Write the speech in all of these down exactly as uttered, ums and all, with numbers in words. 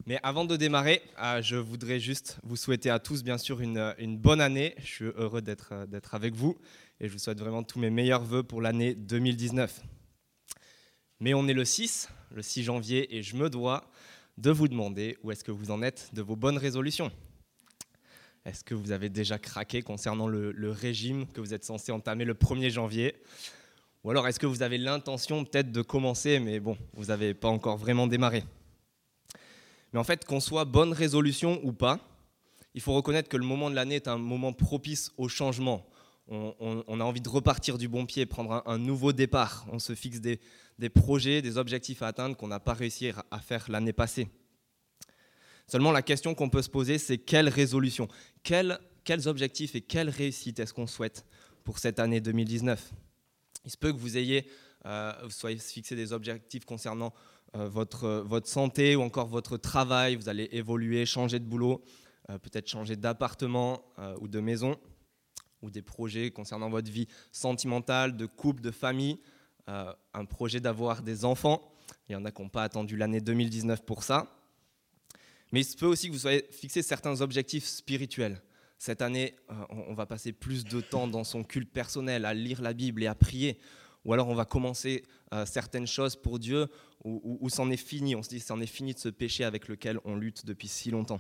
Mais avant de démarrer, euh, je voudrais juste vous souhaiter à tous, bien sûr, une, une bonne année. Je suis heureux d'être, d'être avec vous et je vous souhaite vraiment tous mes meilleurs vœux pour l'année deux mille dix-neuf. Mais on est le six, le six janvier, et je me dois de vous demander où est-ce que vous en êtes de vos bonnes résolutions. Est-ce que vous avez déjà craqué concernant le, le régime que vous êtes censé entamer le premier janvier ? Ou alors est-ce que vous avez l'intention peut-être de commencer, mais bon, vous n'avez pas encore vraiment démarré ? Mais en fait, qu'on soit bonne résolution ou pas, il faut reconnaître que le moment de l'année est un moment propice au changement. On, on, on a envie de repartir du bon pied, prendre un, un nouveau départ. On se fixe des, des projets, des objectifs à atteindre qu'on n'a pas réussi à faire l'année passée. Seulement, la question qu'on peut se poser, c'est quelle résolution, quels, quels objectifs et quelle réussite est-ce qu'on souhaite pour cette année deux mille dix-neuf ? Il se peut que vous ayez, euh, vous soyez fixé des objectifs concernant euh, votre, votre santé ou encore votre travail. Vous allez évoluer, changer de boulot, euh, peut-être changer d'appartement euh, ou de maison, ou des projets concernant votre vie sentimentale, de couple, de famille, euh, un projet d'avoir des enfants. Il y en a qui n'ont pas attendu l'année deux mille dix-neuf pour ça. Mais il se peut aussi que vous soyez fixé certains objectifs spirituels. Cette année, euh, on va passer plus de temps dans son culte personnel, à lire la Bible et à prier. Ou alors on va commencer euh, certaines choses pour Dieu, ou, ou, ou c'en est fini. On se dit c'en est fini de ce péché avec lequel on lutte depuis si longtemps.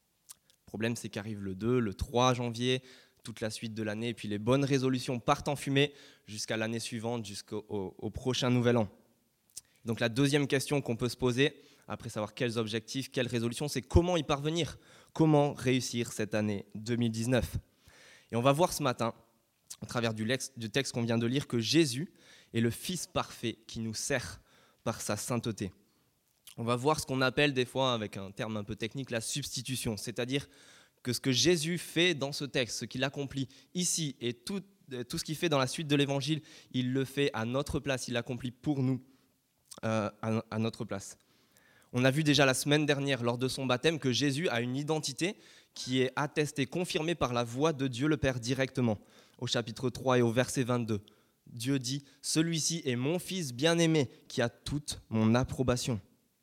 Le problème, c'est qu'arrive le deux, le trois janvier, toute la suite de l'année, et puis les bonnes résolutions partent en fumée jusqu'à l'année suivante, jusqu'au au, au prochain nouvel an. Donc la deuxième question qu'on peut se poser, après savoir quels objectifs, quelles résolutions, c'est comment y parvenir, comment réussir cette année deux mille dix-neuf. Et on va voir ce matin, au travers du texte qu'on vient de lire, que Jésus est le Fils parfait qui nous sert par sa sainteté. On va voir ce qu'on appelle des fois, avec un terme un peu technique, la substitution, c'est-à-dire que ce que Jésus fait dans ce texte, ce qu'il accomplit ici et tout, tout ce qu'il fait dans la suite de l'Évangile, il le fait à notre place, il l'accomplit pour nous, euh, à, à notre place. On a vu déjà la semaine dernière, lors de son baptême, que Jésus a une identité qui est attestée, confirmée par la voix de Dieu le Père directement. Au chapitre trois et au verset vingt-deux, Dieu dit « Celui-ci est mon Fils bien-aimé qui a toute mon approbation ».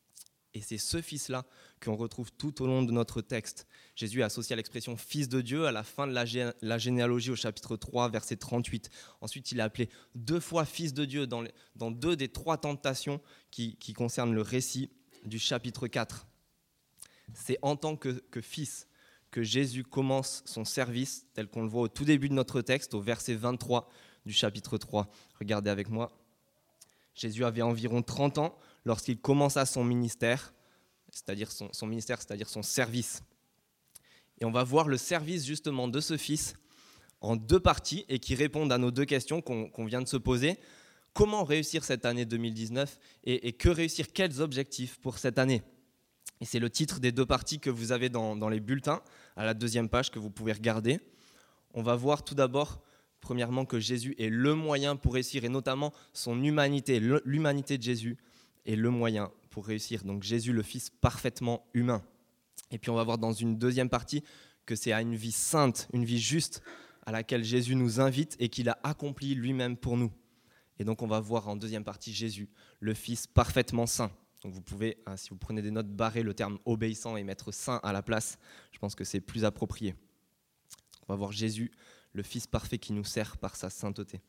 Et c'est ce Fils-là qu'on retrouve tout au long de notre texte. Jésus est associé à l'expression « Fils de Dieu » à la fin de la, gé- la généalogie au chapitre trois, verset trente-huit. Ensuite, il est appelé deux fois Fils de Dieu dans, les, dans deux des trois tentations qui, qui concernent le récit du chapitre quatre. C'est en tant que, que fils que Jésus commence son service, tel qu'on le voit au tout début de notre texte, au verset vingt-trois du chapitre trois. Regardez avec moi. Jésus avait environ trente ans lorsqu'il commença son ministère, c'est-à-dire son, son ministère, c'est-à-dire son service. Et on va voir le service justement de ce fils en deux parties et qui répondent à nos deux questions qu'on, qu'on vient de se poser. Comment réussir cette année deux mille dix-neuf et, et que réussir, quels objectifs pour cette année ? Et c'est le titre des deux parties que vous avez dans, dans les bulletins, à la deuxième page que vous pouvez regarder. On va voir tout d'abord, premièrement, que Jésus est le moyen pour réussir, et notamment son humanité, l'humanité de Jésus est le moyen pour réussir. Donc Jésus, le Fils parfaitement humain. Et puis on va voir dans une deuxième partie que c'est à une vie sainte, une vie juste, à laquelle Jésus nous invite et qu'il a accompli lui-même pour nous. Et donc on va voir en deuxième partie Jésus, le Fils parfaitement saint. Donc vous pouvez, hein, si vous prenez des notes, barrer le terme obéissant et mettre saint à la place. Je pense que c'est plus approprié. On va voir Jésus, le Fils parfait qui nous sert par sa sainteté.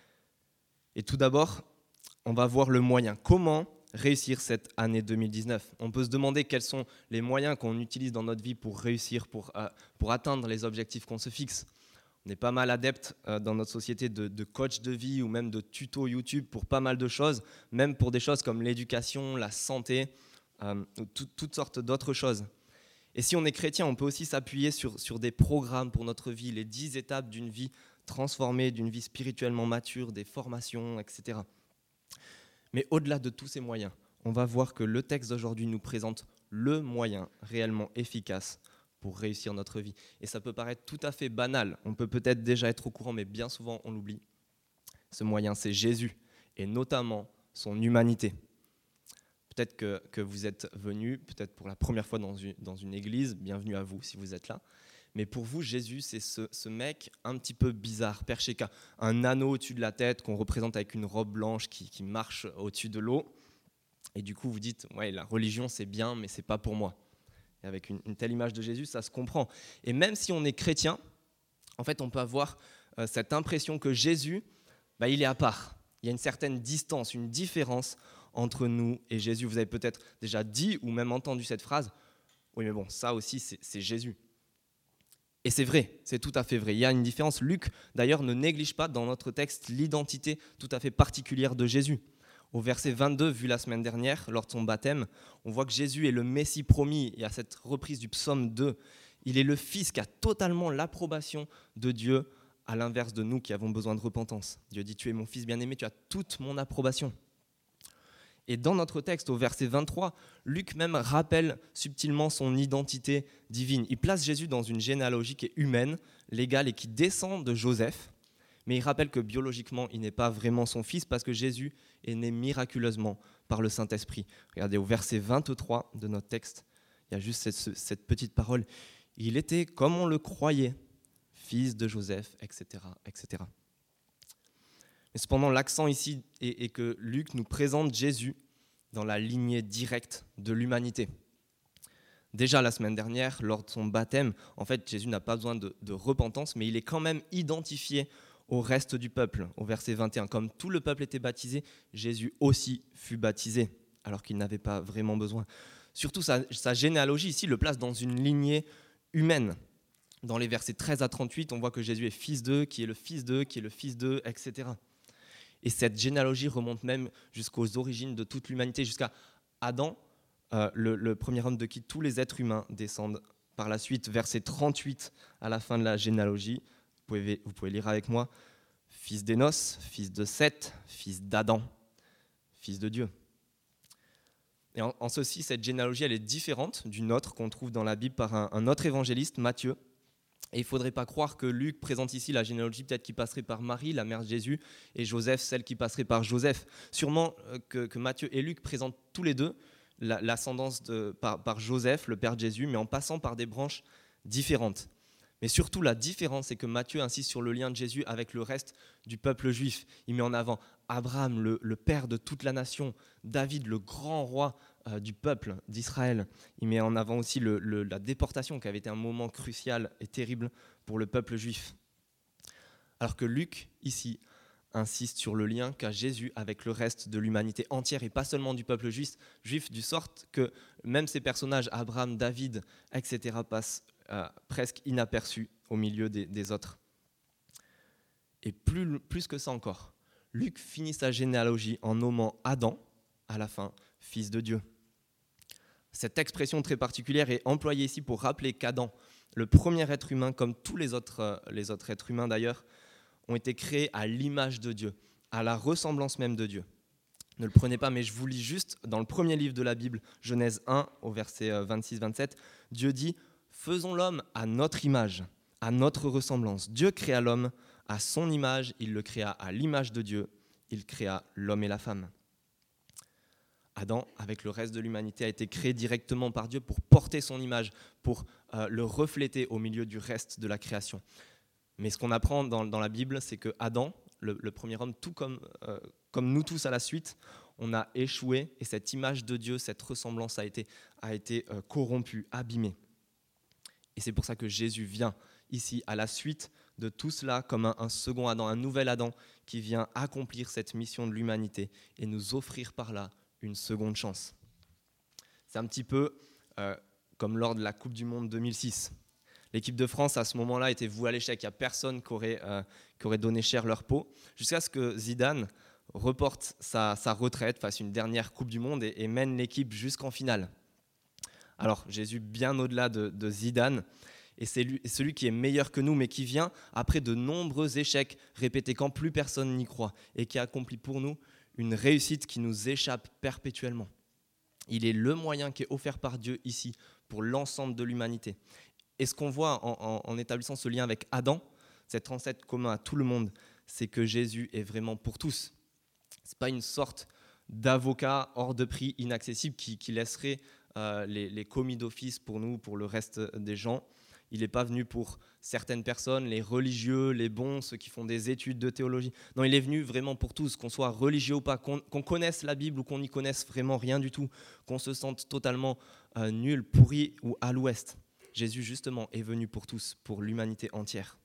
Et tout d'abord, on va voir le moyen. Comment réussir cette année deux mille dix-neuf ? On peut se demander quels sont les moyens qu'on utilise dans notre vie pour réussir, pour, euh, pour atteindre les objectifs qu'on se fixe. On est pas mal adepte euh, dans notre société de, de coach de vie ou même de tutos YouTube pour pas mal de choses, même pour des choses comme l'éducation, la santé, euh, tout, toutes sortes d'autres choses. Et si on est chrétien, on peut aussi s'appuyer sur, sur des programmes pour notre vie, les dix étapes d'une vie transformée, d'une vie spirituellement mature, des formations, et cetera. Mais au-delà de tous ces moyens, on va voir que le texte d'aujourd'hui nous présente le moyen réellement efficace pour réussir notre vie. Et ça peut paraître tout à fait banal. On peut peut-être déjà être au courant, mais bien souvent on l'oublie. Ce moyen, c'est Jésus, et notamment son humanité. Peut-être que, que vous êtes venu, peut-être pour la première fois dans une, dans une église, bienvenue à vous si vous êtes là. Mais pour vous, Jésus, c'est ce, ce mec un petit peu bizarre, perché qui a un anneau au-dessus de la tête, qu'on représente avec une robe blanche qui, qui marche au-dessus de l'eau. Et du coup, vous dites, ouais, la religion, c'est bien, mais c'est pas pour moi. Et avec une, une telle image de Jésus, ça se comprend. Et même si on est chrétien, en fait, on peut avoir euh, cette impression que Jésus, bah, il est à part. Il y a une certaine distance, une différence entre nous et Jésus. Vous avez peut-être déjà dit ou même entendu cette phrase. Oui, mais bon, ça aussi, c'est, c'est Jésus. Et c'est vrai, c'est tout à fait vrai. Il y a une différence. Luc, d'ailleurs, ne néglige pas dans notre texte l'identité tout à fait particulière de Jésus. Au verset vingt-deux, vu la semaine dernière, lors de son baptême, on voit que Jésus est le Messie promis. Et à cette reprise du psaume deux, il est le Fils qui a totalement l'approbation de Dieu, à l'inverse de nous qui avons besoin de repentance. Dieu dit « Tu es mon Fils bien-aimé, tu as toute mon approbation ». Et dans notre texte, au verset vingt-trois, Luc même rappelle subtilement son identité divine. Il place Jésus dans une généalogie qui est humaine, légale et qui descend de Joseph, mais il rappelle que biologiquement, il n'est pas vraiment son fils parce que Jésus est né miraculeusement par le Saint-Esprit. Regardez, au verset vingt-trois de notre texte, il y a juste cette, cette petite parole. Il était, comme on le croyait, fils de Joseph, et cetera, et cetera. Mais cependant, l'accent ici est, est que Luc nous présente Jésus dans la lignée directe de l'humanité. Déjà la semaine dernière, lors de son baptême, en fait, Jésus n'a pas besoin de, de repentance, mais il est quand même identifié au reste du peuple, au verset vingt et un. Comme tout le peuple était baptisé, Jésus aussi fut baptisé, alors qu'il n'avait pas vraiment besoin. Surtout, sa, sa généalogie ici le place dans une lignée humaine. Dans les versets treize à trente-huit, on voit que Jésus est fils d'eux, qui est le fils d'eux, qui est le fils d'eux, et cetera. Et cette généalogie remonte même jusqu'aux origines de toute l'humanité, jusqu'à Adam, euh, le, le premier homme de qui tous les êtres humains descendent. Par la suite, verset trente-huit, à la fin de la généalogie, vous pouvez, vous pouvez lire avec moi, fils d'Énos, fils de Seth, fils d'Adam, fils de Dieu. Et en, en ceci, cette généalogie, elle est différente d'une autre qu'on trouve dans la Bible par un, un autre évangéliste, Matthieu. Et il ne faudrait pas croire que Luc présente ici la généalogie peut-être qui passerait par Marie, la mère de Jésus, et Joseph, celle qui passerait par Joseph. Sûrement que, que Matthieu et Luc présentent tous les deux la, l'ascendance de, par, par Joseph, le père de Jésus, mais en passant par des branches différentes. Mais surtout, la différence, c'est que Matthieu insiste sur le lien de Jésus avec le reste du peuple juif. Il met en avant Abraham, le, le père de toute la nation, David, le grand roi euh, du peuple d'Israël. Il met en avant aussi le, le, la déportation, qui avait été un moment crucial et terrible pour le peuple juif. Alors que Luc, ici, insiste sur le lien qu'a Jésus avec le reste de l'humanité entière, et pas seulement du peuple juif, juif du sorte que même ces personnages, Abraham, David, et cetera, passent Euh, presque inaperçu au milieu des, des autres. Et plus, plus que ça encore, Luc finit sa généalogie en nommant Adam, à la fin, fils de Dieu. Cette expression très particulière est employée ici pour rappeler qu'Adam, le premier être humain, comme tous les autres, euh, les autres êtres humains d'ailleurs, ont été créés à l'image de Dieu, à la ressemblance même de Dieu. Ne le prenez pas, mais je vous lis juste dans le premier livre de la Bible, Genèse un, au verset vingt-six vingt-sept, Dieu dit « Faisons l'homme à notre image, à notre ressemblance. Dieu créa l'homme à son image, il le créa à l'image de Dieu, il créa l'homme et la femme. » Adam, avec le reste de l'humanité, a été créé directement par Dieu pour porter son image, pour euh, le refléter au milieu du reste de la création. Mais ce qu'on apprend dans, dans la Bible, c'est que Adam, le, le premier homme, tout comme, euh, comme nous tous à la suite, on a échoué et cette image de Dieu, cette ressemblance a été, a été euh, corrompue, abîmée. Et c'est pour ça que Jésus vient ici à la suite de tout cela comme un, un second Adam, un nouvel Adam qui vient accomplir cette mission de l'humanité et nous offrir par là une seconde chance. C'est un petit peu euh, comme lors de la Coupe du Monde deux mille six. L'équipe de France, à ce moment-là, était vouée à l'échec. Il n'y a personne qui aurait, euh, qui aurait donné cher leur peau, jusqu'à ce que Zidane reporte sa, sa retraite, fasse une dernière Coupe du Monde et, et mène l'équipe jusqu'en finale. Alors, Jésus, bien au-delà de, de Zidane, et c'est lui, celui qui est meilleur que nous, mais qui vient après de nombreux échecs répétés quand plus personne n'y croit, et qui accomplit pour nous une réussite qui nous échappe perpétuellement. Il est le moyen qui est offert par Dieu ici pour l'ensemble de l'humanité. Et ce qu'on voit en, en, en établissant ce lien avec Adam, cet ancêtre commun à tout le monde, c'est que Jésus est vraiment pour tous. Ce n'est pas une sorte d'avocat hors de prix, inaccessible, qui, qui laisserait euh, les, les commis d'office pour nous, pour le reste des gens. Il n'est pas venu pour certaines personnes, les religieux, les bons, ceux qui font des études de théologie. Non, il est venu vraiment pour tous, qu'on soit religieux ou pas, qu'on, qu'on connaisse la Bible ou qu'on n'y connaisse vraiment rien du tout, qu'on se sente totalement euh, nul, pourri ou à l'ouest. Jésus, justement, est venu pour tous, pour l'humanité entière.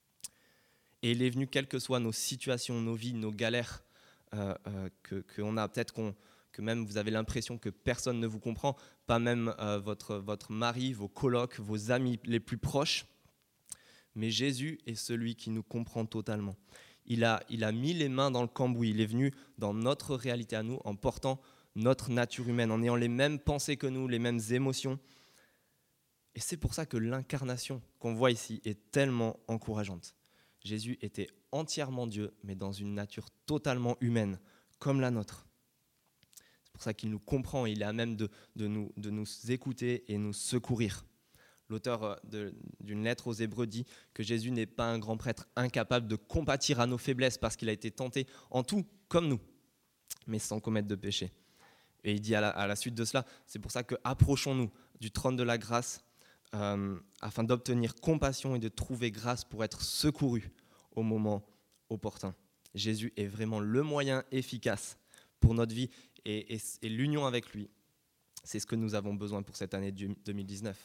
Et il est venu, quelles que soient nos situations, nos vies, nos galères, euh, euh, que, qu'on a, peut-être qu'on, que même vous avez l'impression que personne ne vous comprend, pas même euh, votre, votre mari, vos colocs, vos amis les plus proches. Mais Jésus est celui qui nous comprend totalement. Il a, il a mis les mains dans le cambouis, il est venu dans notre réalité à nous, en portant notre nature humaine, en ayant les mêmes pensées que nous, les mêmes émotions. Et c'est pour ça que l'incarnation qu'on voit ici est tellement encourageante. Jésus était entièrement Dieu, mais dans une nature totalement humaine, comme la nôtre. C'est pour ça qu'il nous comprend, il est à même de, de, nous, de nous écouter et nous secourir. L'auteur de, d'une lettre aux Hébreux dit que Jésus n'est pas un grand prêtre incapable de compatir à nos faiblesses parce qu'il a été tenté en tout, comme nous, mais sans commettre de péché. Et il dit à la, à la suite de cela, c'est pour ça que approchons-nous du trône de la grâce euh, afin d'obtenir compassion et de trouver grâce pour être secourus au moment opportun. Jésus est vraiment le moyen efficace pour notre vie et, et, et l'union avec lui. C'est ce que nous avons besoin pour cette année deux mille dix-neuf.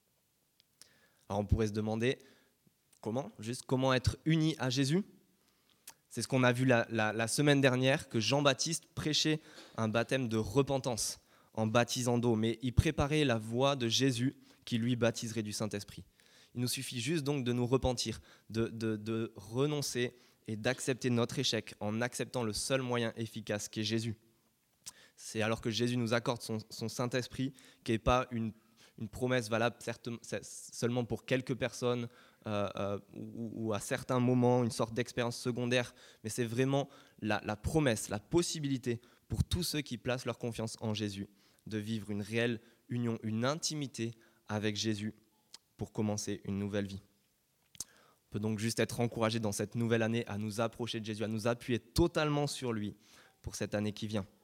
Alors on pourrait se demander comment, juste comment être unis à Jésus. C'est ce qu'on a vu la, la, la semaine dernière, que Jean-Baptiste prêchait un baptême de repentance en baptisant d'eau, mais il préparait la voie de Jésus qui lui baptiserait du Saint-Esprit. Il nous suffit juste donc de nous repentir, de, de, de renoncer et d'accepter notre échec en acceptant le seul moyen efficace qui est Jésus. C'est alors que Jésus nous accorde son, son Saint-Esprit qui n'est pas une une promesse valable certes, seulement pour quelques personnes euh, euh, ou, ou à certains moments, une sorte d'expérience secondaire, mais c'est vraiment la, la promesse, la possibilité pour tous ceux qui placent leur confiance en Jésus de vivre une réelle union, une intimité avec Jésus pour commencer une nouvelle vie. On peut donc juste être encouragé dans cette nouvelle année à nous approcher de Jésus, à nous appuyer totalement sur lui pour cette année qui vient.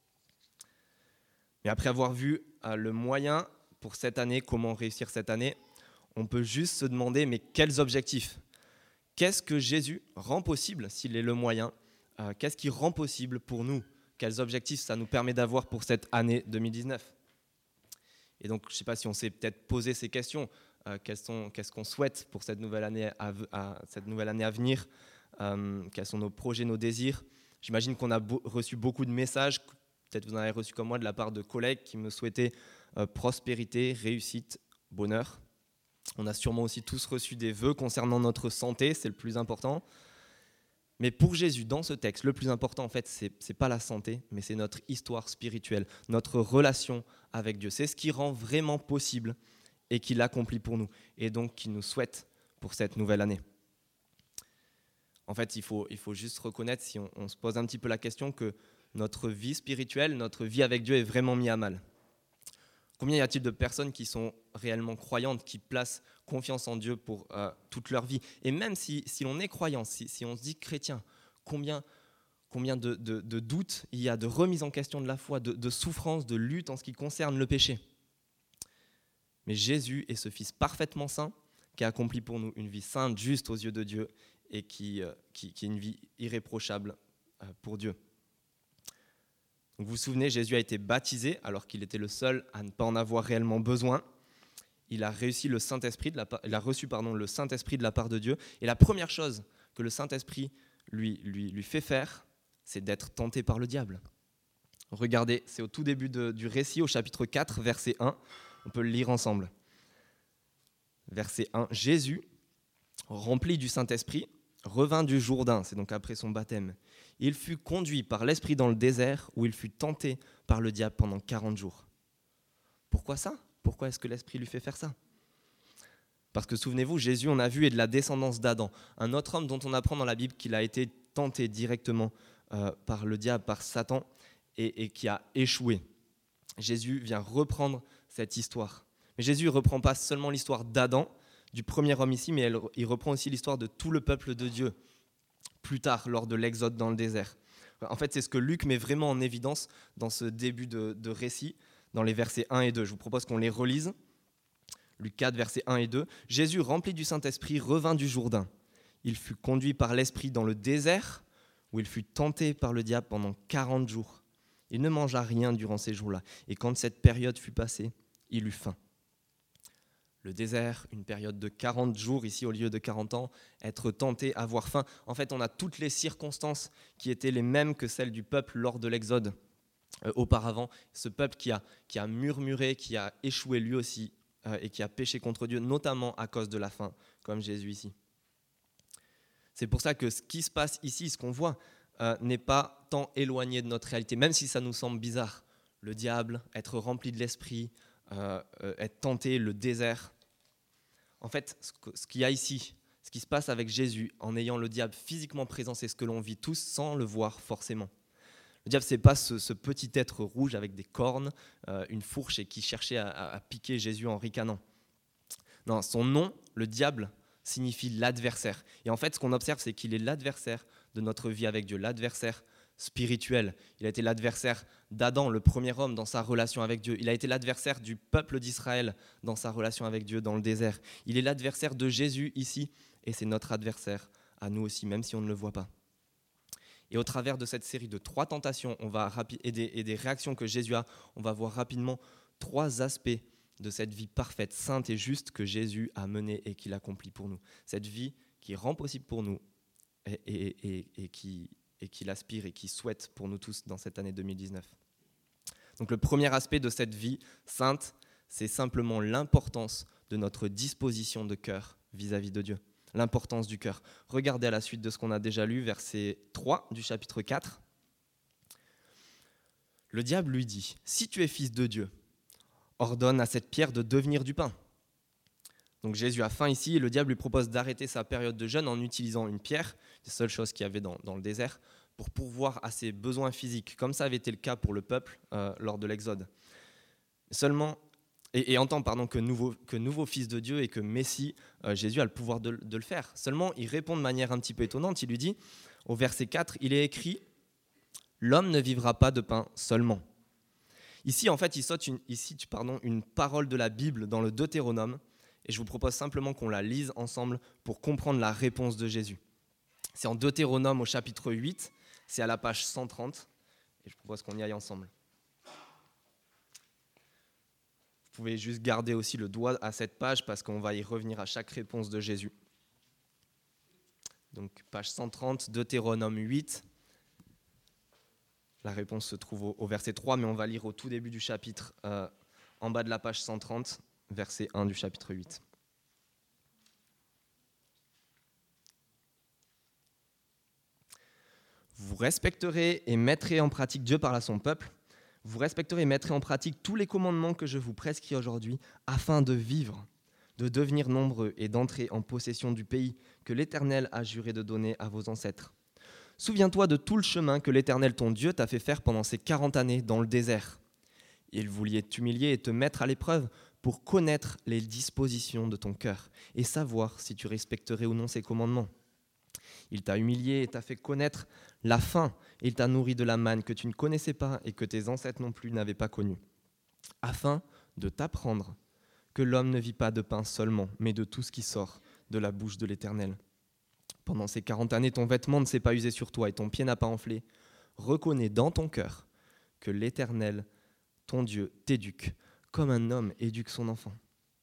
Mais après avoir vu euh, le moyen pour cette année, comment réussir cette année, on peut juste se demander, mais quels objectifs ? Qu'est-ce que Jésus rend possible s'il est le moyen ? euh, Qu'est-ce qui rend possible pour nous ? Quels objectifs ça nous permet d'avoir pour cette année deux mille dix-neuf ? Et donc, je ne sais pas si on s'est peut-être posé ces questions. Euh, quels sont, qu'est-ce qu'on souhaite pour cette nouvelle année à, à, cette nouvelle année à venir ? euh, Quels sont nos projets, nos désirs ? J'imagine qu'on a bo- reçu beaucoup de messages, peut-être vous en avez reçu comme moi, de la part de collègues qui me souhaitaient Euh, prospérité, réussite, bonheur. On a sûrement aussi tous reçu des vœux concernant notre santé, c'est le plus important. Mais pour Jésus, dans ce texte, le plus important, en fait, c'est, c'est pas la santé, mais c'est notre histoire spirituelle, notre relation avec Dieu. C'est ce qui rend vraiment possible et qui l'accomplit pour nous, et donc qui nous souhaite pour cette nouvelle année. En fait, il faut, il faut juste reconnaître, si on, on se pose un petit peu la question, que notre vie spirituelle, notre vie avec Dieu est vraiment mise à mal. Combien y a-t-il de personnes qui sont réellement croyantes, qui placent confiance en Dieu pour euh, toute leur vie ? Et même si, si l'on est croyant, si, si on se dit chrétien, combien, combien de, de, de doutes il y a, de remise en question de la foi, de, de souffrance, de lutte en ce qui concerne le péché. Mais Jésus est ce Fils parfaitement saint qui a accompli pour nous une vie sainte, juste aux yeux de Dieu et qui, euh, qui, qui est une vie irréprochable euh, pour Dieu. Donc vous vous souvenez, Jésus a été baptisé alors qu'il était le seul à ne pas en avoir réellement besoin. Il a, réussi le Saint-Esprit de la, il a reçu pardon, le Saint-Esprit de la part de Dieu. Et la première chose que le Saint-Esprit lui, lui, lui fait faire, c'est d'être tenté par le diable. Regardez, c'est au tout début de, du récit, au chapitre quatre, verset un. On peut le lire ensemble. Verset un. Jésus, rempli du Saint-Esprit, revint du Jourdain, c'est donc après son baptême. Il fut conduit par l'Esprit dans le désert où il fut tenté par le diable pendant quarante jours. Pourquoi ça ? Pourquoi est-ce que l'Esprit lui fait faire ça ? Parce que souvenez-vous, Jésus, on a vu, est de la descendance d'Adam, un autre homme dont on apprend dans la Bible qu'il a été tenté directement euh, par le diable, par Satan, et, et qui a échoué. Jésus vient reprendre cette histoire. Mais Jésus ne reprend pas seulement l'histoire d'Adam, du premier homme ici, mais elle, il reprend aussi l'histoire de tout le peuple de Dieu, plus tard, lors de l'exode dans le désert. En fait, c'est ce que Luc met vraiment en évidence dans ce début de, de récit, dans les versets un et deux. Je vous propose qu'on les relise. Luc quatre, versets un et deux. Jésus, rempli du Saint-Esprit, revint du Jourdain. Il fut conduit par l'Esprit dans le désert, où il fut tenté par le diable pendant quarante jours. Il ne mangea rien durant ces jours-là. Et quand cette période fut passée, il eut faim. Le désert, une période de quarante jours, ici au lieu de quarante ans, être tenté, avoir faim. En fait, on a toutes les circonstances qui étaient les mêmes que celles du peuple lors de l'Exode euh, auparavant. Ce peuple qui a, qui a murmuré, qui a échoué lui aussi euh, et qui a péché contre Dieu, notamment à cause de la faim, comme Jésus ici. C'est pour ça que ce qui se passe ici, ce qu'on voit, euh, n'est pas tant éloigné de notre réalité, même si ça nous semble bizarre. Le diable, être rempli de l'esprit, euh, euh, être tenté, le désert. En fait, ce, que, ce qu'il y a ici, ce qui se passe avec Jésus, en ayant le diable physiquement présent, c'est ce que l'on vit tous sans le voir forcément. Le diable, ce n'est pas ce, ce petit être rouge avec des cornes, euh, une fourche et qui cherchait à, à, à piquer Jésus en ricanant. Non, son nom, le diable, signifie l'adversaire. Et en fait, ce qu'on observe, c'est qu'il est l'adversaire de notre vie avec Dieu, l'adversaire spirituel. Il a été l'adversaire d'Adam, le premier homme, dans sa relation avec Dieu. Il a été l'adversaire du peuple d'Israël dans sa relation avec Dieu dans le désert. Il est l'adversaire de Jésus ici, et c'est notre adversaire à nous aussi, même si on ne le voit pas. Et au travers de cette série de trois tentations on va rapi- et, des, et des réactions que Jésus a, on va voir rapidement trois aspects de cette vie parfaite, sainte et juste que Jésus a menée et qu'il accomplit pour nous. Cette vie qui rend possible pour nous et, et, et, et qui... et qu'il aspire et qu'il souhaite pour nous tous dans cette année deux mille dix-neuf. Donc le premier aspect de cette vie sainte, c'est simplement l'importance de notre disposition de cœur vis-à-vis de Dieu, l'importance du cœur. Regardez à la suite de ce qu'on a déjà lu, verset trois du chapitre quatre. Le diable lui dit, « Si tu es fils de Dieu, ordonne à cette pierre de devenir du pain. » Donc Jésus a faim ici et le diable lui propose d'arrêter sa période de jeûne en utilisant une pierre, la seule chose qu'il y avait dans, dans le désert, pour pourvoir à ses besoins physiques, comme ça avait été le cas pour le peuple euh, lors de l'Exode. Seulement, et, et entend pardon, que, nouveau, que nouveau fils de Dieu et que Messie, euh, Jésus a le pouvoir de, de le faire. Seulement, il répond de manière un petit peu étonnante, il lui dit, au verset quatre, il est écrit « L'homme ne vivra pas de pain seulement ». Ici, en fait, il saute une, ici, pardon, une parole de la Bible dans le Deutéronome, et je vous propose simplement qu'on la lise ensemble pour comprendre la réponse de Jésus. C'est en Deutéronome au chapitre huit, c'est à la page cent trente, et je propose qu'on y aille ensemble. Vous pouvez juste garder aussi le doigt à cette page parce qu'on va y revenir à chaque réponse de Jésus. Donc, page cent trente, Deutéronome huit. La réponse se trouve au, au verset trois, mais on va lire au tout début du chapitre, euh, en bas de la page cent trente. Verset un du chapitre huit. Vous respecterez et mettrez en pratique, Dieu parle à son peuple, vous respecterez et mettrez en pratique tous les commandements que je vous prescris aujourd'hui afin de vivre, de devenir nombreux et d'entrer en possession du pays que l'Éternel a juré de donner à vos ancêtres. Souviens-toi de tout le chemin que l'Éternel ton Dieu t'a fait faire pendant ces quarante années dans le désert. Il voulait t'humilier et te mettre à l'épreuve pour connaître les dispositions de ton cœur et savoir si tu respecterais ou non ses commandements. Il t'a humilié et t'a fait connaître la faim, et il t'a nourri de la manne que tu ne connaissais pas et que tes ancêtres non plus n'avaient pas connue, afin de t'apprendre que l'homme ne vit pas de pain seulement, mais de tout ce qui sort de la bouche de l'Éternel. Pendant ces quarante années, ton vêtement ne s'est pas usé sur toi et ton pied n'a pas enflé. Reconnais dans ton cœur que l'Éternel, ton Dieu, t'éduque comme un homme éduque son enfant.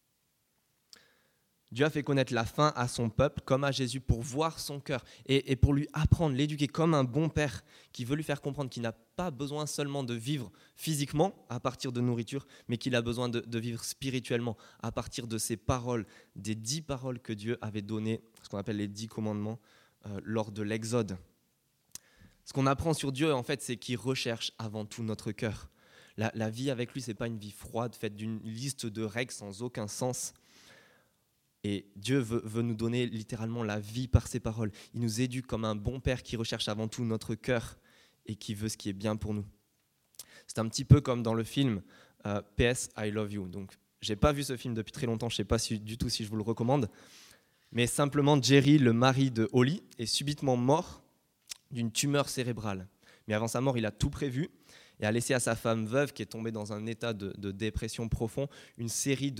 Dieu a fait connaître la faim à son peuple comme à Jésus pour voir son cœur et, et pour lui apprendre, l'éduquer comme un bon père qui veut lui faire comprendre qu'il n'a pas besoin seulement de vivre physiquement à partir de nourriture, mais qu'il a besoin de, de vivre spirituellement à partir de ces paroles, des dix paroles que Dieu avait données, ce qu'on appelle les dix commandements, euh, lors de l'Exode. Ce qu'on apprend sur Dieu, en fait, c'est qu'il recherche avant tout notre cœur. La, la vie avec lui, ce n'est pas une vie froide, faite d'une liste de règles sans aucun sens. Et Dieu veut, veut nous donner littéralement la vie par ses paroles. Il nous éduque comme un bon père qui recherche avant tout notre cœur et qui veut ce qui est bien pour nous. C'est un petit peu comme dans le film euh, P S I Love You. Donc, je n'ai pas vu ce film depuis très longtemps, je ne sais pas si, du tout si je vous le recommande. Mais simplement, Jerry, le mari de Holly, est subitement mort d'une tumeur cérébrale. Mais avant sa mort, il a tout prévu et a laissé à sa femme veuve, qui est tombée dans un état de, de dépression profond, une série de,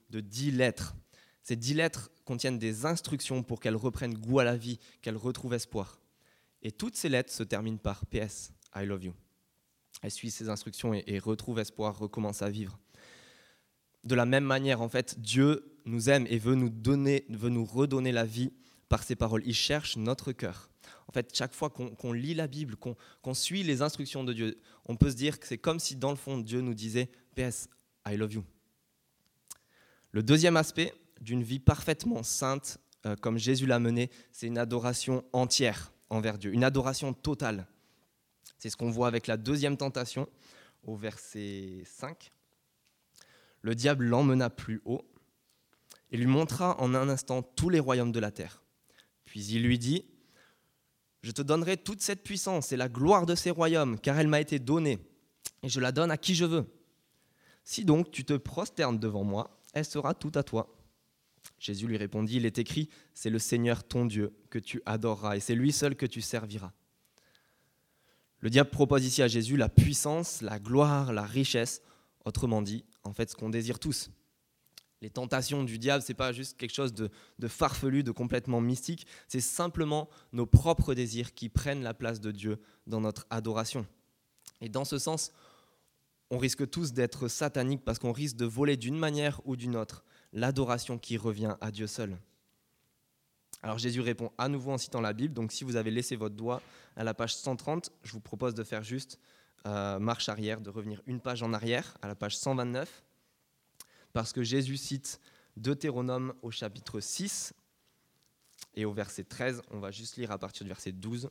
de dix lettres. Ces dix lettres contiennent des instructions pour qu'elle reprenne goût à la vie, qu'elle retrouve espoir. Et toutes ces lettres se terminent par P S, I love you. Elle suit ces instructions et, et retrouve espoir, recommence à vivre. De la même manière, en fait, Dieu nous aime et veut nous donner, veut nous redonner la vie par ses paroles. Il cherche notre cœur. En fait, chaque fois qu'on, qu'on lit la Bible, qu'on, qu'on suit les instructions de Dieu, on peut se dire que c'est comme si dans le fond, Dieu nous disait P S, I love you. Le deuxième aspect d'une vie parfaitement sainte, euh, comme Jésus l'a menée, c'est une adoration entière envers Dieu, une adoration totale. C'est ce qu'on voit avec la deuxième tentation au verset cinq. Le diable l'emmena plus haut et lui montra en un instant tous les royaumes de la terre. Puis il lui dit « Je te donnerai toute cette puissance et la gloire de ces royaumes, car elle m'a été donnée, et je la donne à qui je veux. Si donc tu te prosternes devant moi, elle sera toute à toi. » Jésus lui répondit « Il est écrit, c'est le Seigneur ton Dieu que tu adoreras, et c'est lui seul que tu serviras. » Le diable propose ici à Jésus la puissance, la gloire, la richesse, autrement dit, en fait, ce qu'on désire tous. Les tentations du diable, ce n'est pas juste quelque chose de, de farfelu, de complètement mystique, c'est simplement nos propres désirs qui prennent la place de Dieu dans notre adoration. Et dans ce sens, on risque tous d'être sataniques parce qu'on risque de voler d'une manière ou d'une autre l'adoration qui revient à Dieu seul. Alors Jésus répond à nouveau en citant la Bible, donc si vous avez laissé votre doigt à la page cent trente, je vous propose de faire juste euh, marche arrière, de revenir une page en arrière, à la page cent vingt-neuf, parce que Jésus cite Deutéronome au chapitre six et au verset treize, on va juste lire à partir du verset douze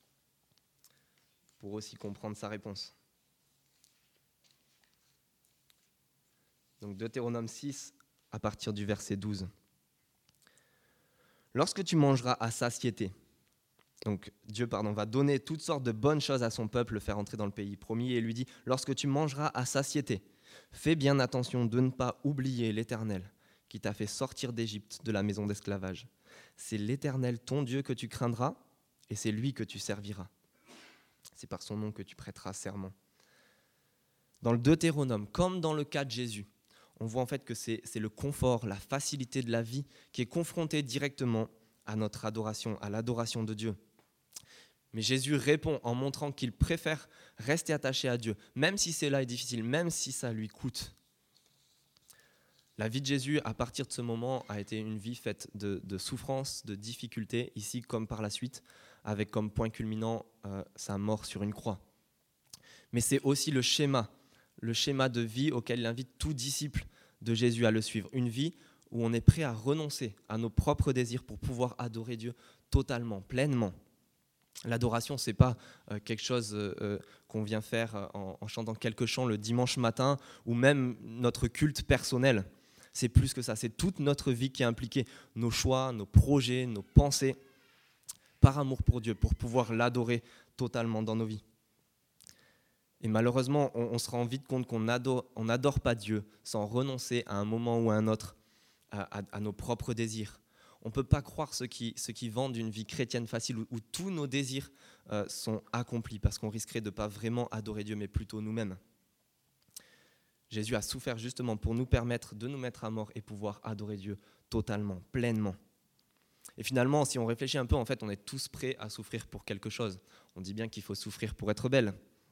pour aussi comprendre sa réponse. Donc Deutéronome six à partir du verset douze. Lorsque tu mangeras à satiété, donc Dieu pardon, va donner toutes sortes de bonnes choses à son peuple, le faire entrer dans le pays promis, et lui dit, lorsque tu mangeras à satiété, fais bien attention de ne pas oublier l'Éternel qui t'a fait sortir d'Égypte, de la maison d'esclavage. C'est l'Éternel ton Dieu que tu craindras, et c'est lui que tu serviras. C'est par son nom que tu prêteras serment. Dans le Deutéronome, comme dans le cas de Jésus, on voit en fait que c'est, c'est le confort, la facilité de la vie qui est confronté directement à notre adoration, à l'adoration de Dieu. Mais Jésus répond en montrant qu'il préfère rester attaché à Dieu, même si cela est difficile, même si ça lui coûte. La vie de Jésus, à partir de ce moment, a été une vie faite de, de souffrance, de difficultés, ici comme par la suite, avec comme point culminant euh, sa mort sur une croix. Mais c'est aussi le schéma, le schéma de vie auquel il invite tout disciple de Jésus à le suivre. Une vie où on est prêt à renoncer à nos propres désirs pour pouvoir adorer Dieu totalement, pleinement. L'adoration, ce n'est pas euh, quelque chose euh, qu'on vient faire en, en chantant quelques chants le dimanche matin ou même notre culte personnel. C'est plus que ça, c'est toute notre vie qui est impliquée, nos choix, nos projets, nos pensées, par amour pour Dieu, pour pouvoir l'adorer totalement dans nos vies. Et malheureusement, on, on se rend vite compte qu'on n'adore on n'adore pas Dieu sans renoncer à un moment ou à un autre à, à, à nos propres désirs. On ne peut pas croire ceux qui, ceux qui vendent une vie chrétienne facile où, où tous nos désirs euh, sont accomplis parce qu'on risquerait de ne pas vraiment adorer Dieu, mais plutôt nous-mêmes. Jésus a souffert justement pour nous permettre de nous mettre à mort et pouvoir adorer Dieu totalement, pleinement. Et finalement, si on réfléchit un peu, en fait, on est tous prêts à souffrir pour quelque chose. On dit bien qu'il faut souffrir pour être belle.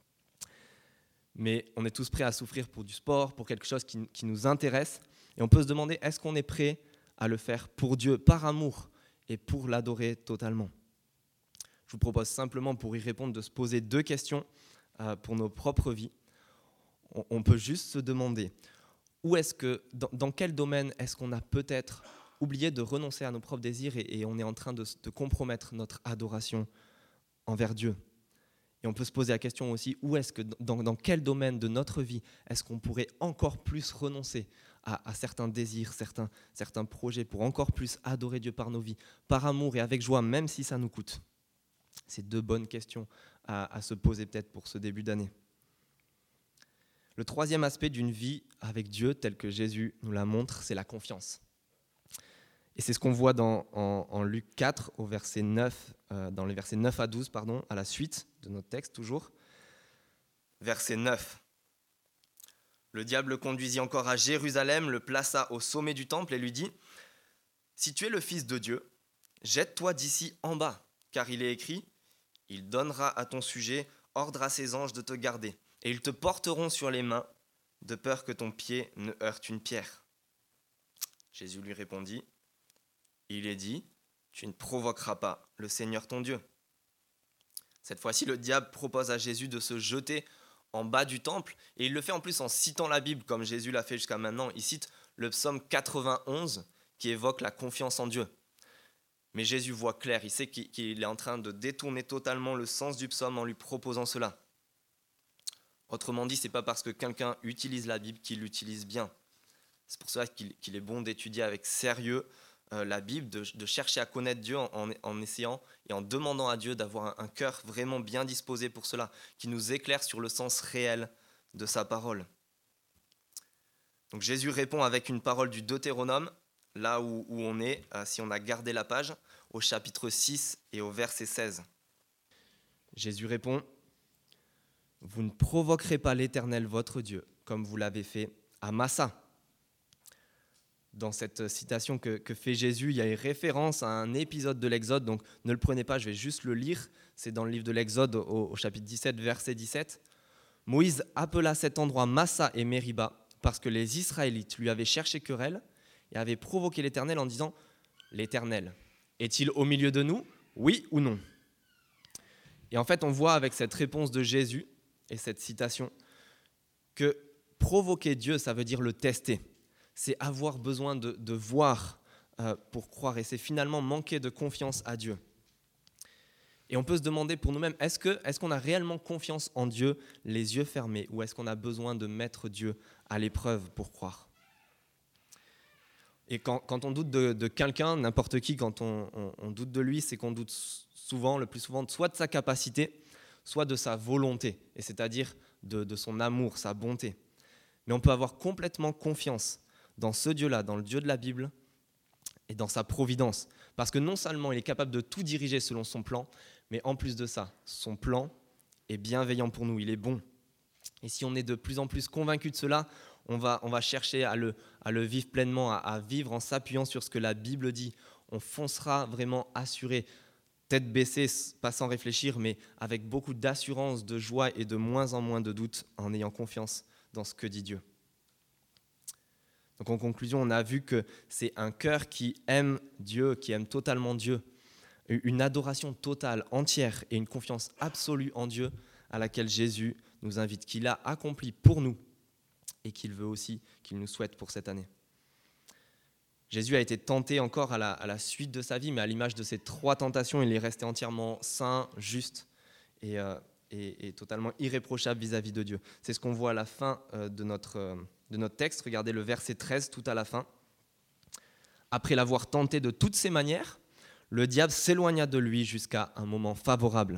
Mais on est tous prêts à souffrir pour du sport, pour quelque chose qui, qui nous intéresse. Et on peut se demander, est-ce qu'on est prêt à le faire pour Dieu, par amour, et pour l'adorer totalement? Je vous propose simplement, pour y répondre, de se poser deux questions euh, pour nos propres vies. On, on peut juste se demander, où est-ce que, dans, dans quel domaine est-ce qu'on a peut-être oublié de renoncer à nos propres désirs et, et on est en train de, de compromettre notre adoration envers Dieu? Et on peut se poser la question aussi, où est-ce que, dans, dans quel domaine de notre vie est-ce qu'on pourrait encore plus renoncer à, à certains désirs, certains, certains projets pour encore plus adorer Dieu par nos vies, par amour et avec joie, même si ça nous coûte? C'est deux bonnes questions à, à se poser peut-être pour ce début d'année. Le troisième aspect d'une vie avec Dieu, tel que Jésus nous la montre, c'est la confiance. Et c'est ce qu'on voit dans, en, en Luc quatre, au verset neuf, euh, dans les versets neuf à douze, pardon, à la suite de notre texte toujours. Verset neuf. Le diable le conduisit encore à Jérusalem, le plaça au sommet du temple et lui dit « Si tu es le Fils de Dieu, jette-toi d'ici en bas, car il est écrit « Il donnera à ton sujet ordre à ses anges de te garder, et ils te porteront sur les mains, de peur que ton pied ne heurte une pierre. » Jésus lui répondit « Il est dit, tu ne provoqueras pas le Seigneur ton Dieu. » Cette fois-ci, le diable propose à Jésus de se jeter en bas du temple, et il le fait en plus en citant la Bible, comme Jésus l'a fait jusqu'à maintenant. Il cite le psaume quatre-vingt-onze, qui évoque la confiance en Dieu. Mais Jésus voit clair, il sait qu'il est en train de détourner totalement le sens du psaume en lui proposant cela. Autrement dit, ce n'est pas parce que quelqu'un utilise la Bible qu'il l'utilise bien. C'est pour cela qu'il, qu'il est bon d'étudier avec sérieux euh, la Bible, de, de chercher à connaître Dieu en, en, en essayant et en demandant à Dieu d'avoir un, un cœur vraiment bien disposé pour cela, qui nous éclaire sur le sens réel de sa parole. Donc Jésus répond avec une parole du Deutéronome, là où, où on est, euh, si on a gardé la page, au chapitre six et au verset seize. Jésus répond « Vous ne provoquerez pas l'Éternel votre Dieu, comme vous l'avez fait à Massa. » Dans cette citation que, que fait Jésus, il y a une référence à un épisode de l'Exode, donc ne le prenez pas, je vais juste le lire. C'est dans le livre de l'Exode au, au chapitre dix-sept, verset dix-sept. « Moïse appela cet endroit Massa et Mériba, parce que les Israélites lui avaient cherché querelle et avaient provoqué l'Éternel en disant « L'Éternel, est-il au milieu de nous, oui ou non ?» Et en fait, on voit avec cette réponse de Jésus et cette citation que provoquer Dieu, ça veut dire le tester. C'est avoir besoin de, de voir euh, pour croire, et c'est finalement manquer de confiance à Dieu. Et on peut se demander pour nous-mêmes, est-ce, que, est-ce qu'on a réellement confiance en Dieu les yeux fermés, ou est-ce qu'on a besoin de mettre Dieu à l'épreuve pour croire ? Et quand, quand on doute de, de quelqu'un, n'importe qui, quand on, on, on doute de lui, c'est qu'on doute souvent, le plus souvent, soit de sa capacité, soit de sa volonté, et c'est-à-dire de, de son amour, sa bonté. Mais on peut avoir complètement confiance dans ce Dieu-là, dans le Dieu de la Bible, et dans sa providence. Parce que non seulement il est capable de tout diriger selon son plan, mais en plus de ça, son plan est bienveillant pour nous, il est bon. Et si on est de plus en plus convaincu de cela, on va, on va chercher à le, à le vivre pleinement, à, à vivre en s'appuyant sur ce que la Bible dit. On foncera vraiment assuré, tête baissée, pas sans réfléchir, mais avec beaucoup d'assurance, de joie et de moins en moins de doute, en ayant confiance dans ce que dit Dieu. Donc en conclusion, on a vu que c'est un cœur qui aime Dieu, qui aime totalement Dieu, une adoration totale, entière et une confiance absolue en Dieu à laquelle Jésus nous invite, qu'il a accompli pour nous et qu'il veut aussi, qu'il nous souhaite pour cette année. Jésus a été tenté encore à la, à la suite de sa vie, mais à l'image de ces trois tentations, il est resté entièrement saint, juste et, euh, et, et totalement irréprochable vis-à-vis de Dieu. C'est ce qu'on voit à la fin euh, de notre... Euh, de notre texte, regardez le verset treize tout à la fin. Après l'avoir tenté de toutes ses manières, le diable s'éloigna de lui jusqu'à un moment favorable.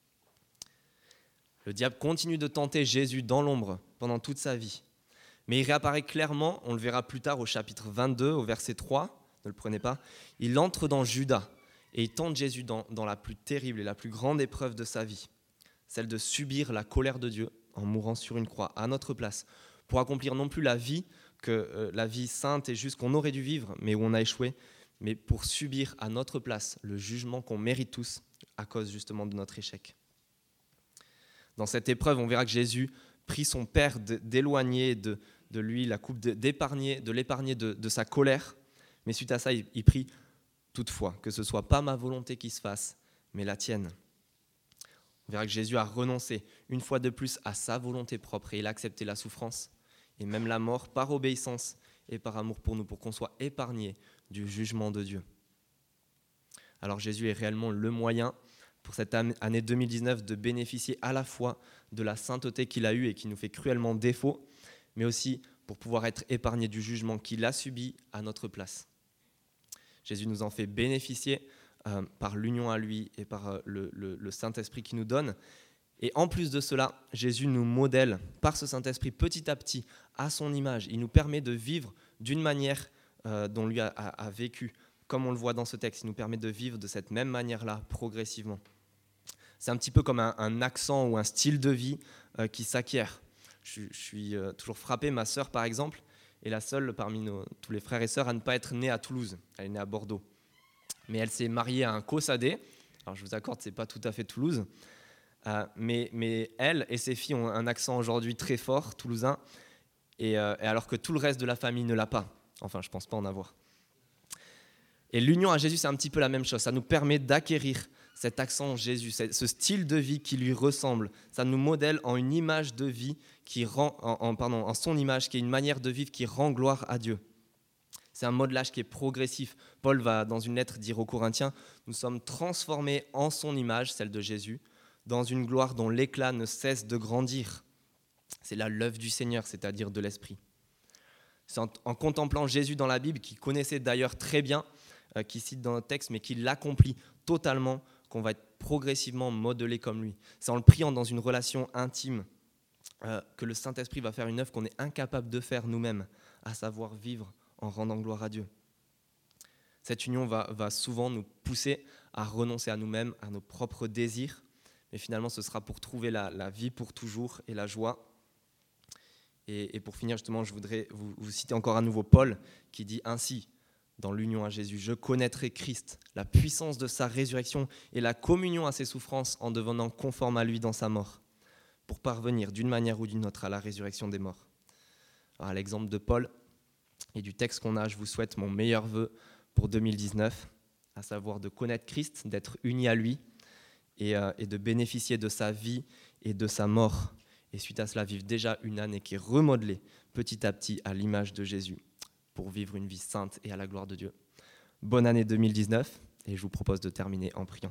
Le diable continue de tenter Jésus dans l'ombre pendant toute sa vie. Mais il réapparaît clairement, on le verra plus tard au chapitre vingt-deux, au verset trois, ne le prenez pas, il entre dans Judas et il tente Jésus dans, dans la plus terrible et la plus grande épreuve de sa vie, celle de subir la colère de Dieu en mourant sur une croix à notre place, pour accomplir non plus la vie, que, euh, la vie sainte et juste qu'on aurait dû vivre, mais où on a échoué, mais pour subir à notre place le jugement qu'on mérite tous à cause justement de notre échec. Dans cette épreuve, on verra que Jésus prie son Père d'éloigner de, de lui la coupe, d'épargner, de l'épargner de, de sa colère, mais suite à ça, il, il prie toutefois que ce ne soit pas ma volonté qui se fasse, mais la tienne. On verra que Jésus a renoncé une fois de plus à sa volonté propre et il a accepté la souffrance et même la mort par obéissance et par amour pour nous, pour qu'on soit épargné du jugement de Dieu. Alors Jésus est réellement le moyen pour cette année deux mille dix-neuf de bénéficier à la fois de la sainteté qu'il a eue et qui nous fait cruellement défaut, mais aussi pour pouvoir être épargné du jugement qu'il a subi à notre place. Jésus nous en fait bénéficier euh, par l'union à lui et par euh, le, le, le Saint-Esprit qu'il nous donne. Et en plus de cela, Jésus nous modèle par ce Saint-Esprit petit à petit à son image. Il nous permet de vivre d'une manière euh, dont lui a, a, a vécu, comme on le voit dans ce texte. Il nous permet de vivre de cette même manière-là, progressivement. C'est un petit peu comme un, un accent ou un style de vie euh, qui s'acquiert. je, je suis euh, toujours frappé. Ma sœur, par exemple, est la seule parmi nos, tous les frères et sœurs à ne pas être née à Toulouse. Elle est née à Bordeaux. Mais elle s'est mariée à un Cossadais. Alors, je vous accorde, ce n'est pas tout à fait Toulouse. Euh, mais, mais elle et ses filles ont un accent aujourd'hui très fort, toulousain, et, euh, et alors que tout le reste de la famille ne l'a pas. Enfin, je ne pense pas en avoir. Et l'union à Jésus, c'est un petit peu la même chose. Ça nous permet d'acquérir cet accent Jésus, ce style de vie qui lui ressemble. Ça nous modèle en une image de vie qui rend, en, en, pardon, en son image, qui est une manière de vivre qui rend gloire à Dieu. C'est un modelage qui est progressif. Paul va, dans une lettre, dire aux Corinthiens, nous sommes transformés en son image, celle de Jésus, dans une gloire dont l'éclat ne cesse de grandir. C'est là l'œuvre du Seigneur, c'est-à-dire de l'Esprit. C'est en, en contemplant Jésus dans la Bible, qu'il connaissait d'ailleurs très bien, euh, qui cite dans notre texte, mais qui l'accomplit totalement, qu'on va être progressivement modelé comme lui. C'est en le priant dans une relation intime euh, que le Saint-Esprit va faire une œuvre qu'on est incapable de faire nous-mêmes, à savoir vivre en rendant gloire à Dieu. Cette union va, va souvent nous pousser à renoncer à nous-mêmes, à nos propres désirs, mais finalement ce sera pour trouver la, la vie pour toujours et la joie. Et, et pour finir, justement, je voudrais vous, vous citer encore à nouveau Paul, qui dit ainsi, dans l'union à Jésus, « Je connaîtrai Christ, la puissance de sa résurrection et la communion à ses souffrances en devenant conforme à lui dans sa mort, pour parvenir d'une manière ou d'une autre à la résurrection des morts. » Alors, à l'exemple de Paul et du texte qu'on a, je vous souhaite mon meilleur vœu pour deux mille dix-neuf, à savoir de connaître Christ, d'être uni à lui et, euh, et de bénéficier de sa vie et de sa mort. Et suite à cela, vivre déjà une année qui est remodelée petit à petit à l'image de Jésus pour vivre une vie sainte et à la gloire de Dieu. Bonne année deux mille dix-neuf et je vous propose de terminer en priant.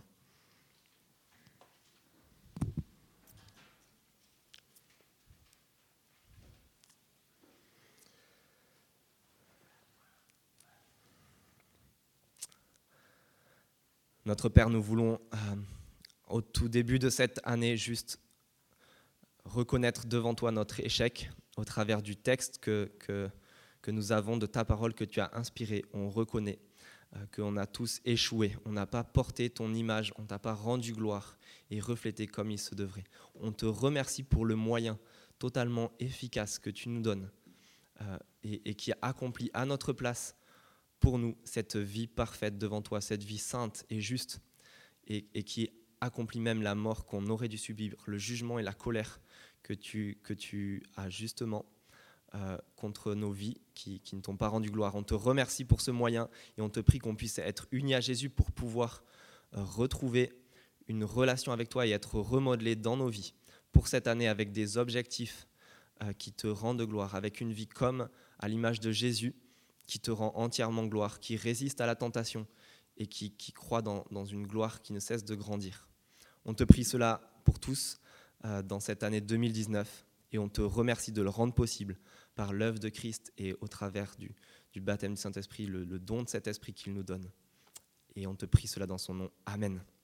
Notre Père, nous voulons euh, au tout début de cette année juste reconnaître devant toi notre échec au travers du texte que, que, que nous avons de ta parole que tu as inspiré. On reconnaît euh, qu'on a tous échoué. On n'a pas porté ton image, on ne t'a pas rendu gloire et reflété comme il se devrait. On te remercie pour le moyen totalement efficace que tu nous donnes euh, et, et qui a accompli à notre place pour nous cette vie parfaite devant toi, cette vie sainte et juste et, et qui accomplit même la mort qu'on aurait dû subir, le jugement et la colère que tu, que tu as justement euh, contre nos vies qui, qui ne t'ont pas rendu gloire. On te remercie pour ce moyen et on te prie qu'on puisse être unis à Jésus pour pouvoir euh, retrouver une relation avec toi et être remodelés dans nos vies pour cette année avec des objectifs euh, qui te rendent gloire, avec une vie comme à l'image de Jésus qui te rend entièrement gloire, qui résiste à la tentation et qui, qui croit dans, dans une gloire qui ne cesse de grandir. On te prie cela pour tous euh, dans cette année deux mille dix-neuf et on te remercie de le rendre possible par l'œuvre de Christ et au travers du, du baptême du Saint-Esprit, le, le don de cet esprit qu'il nous donne. Et on te prie cela dans son nom. Amen.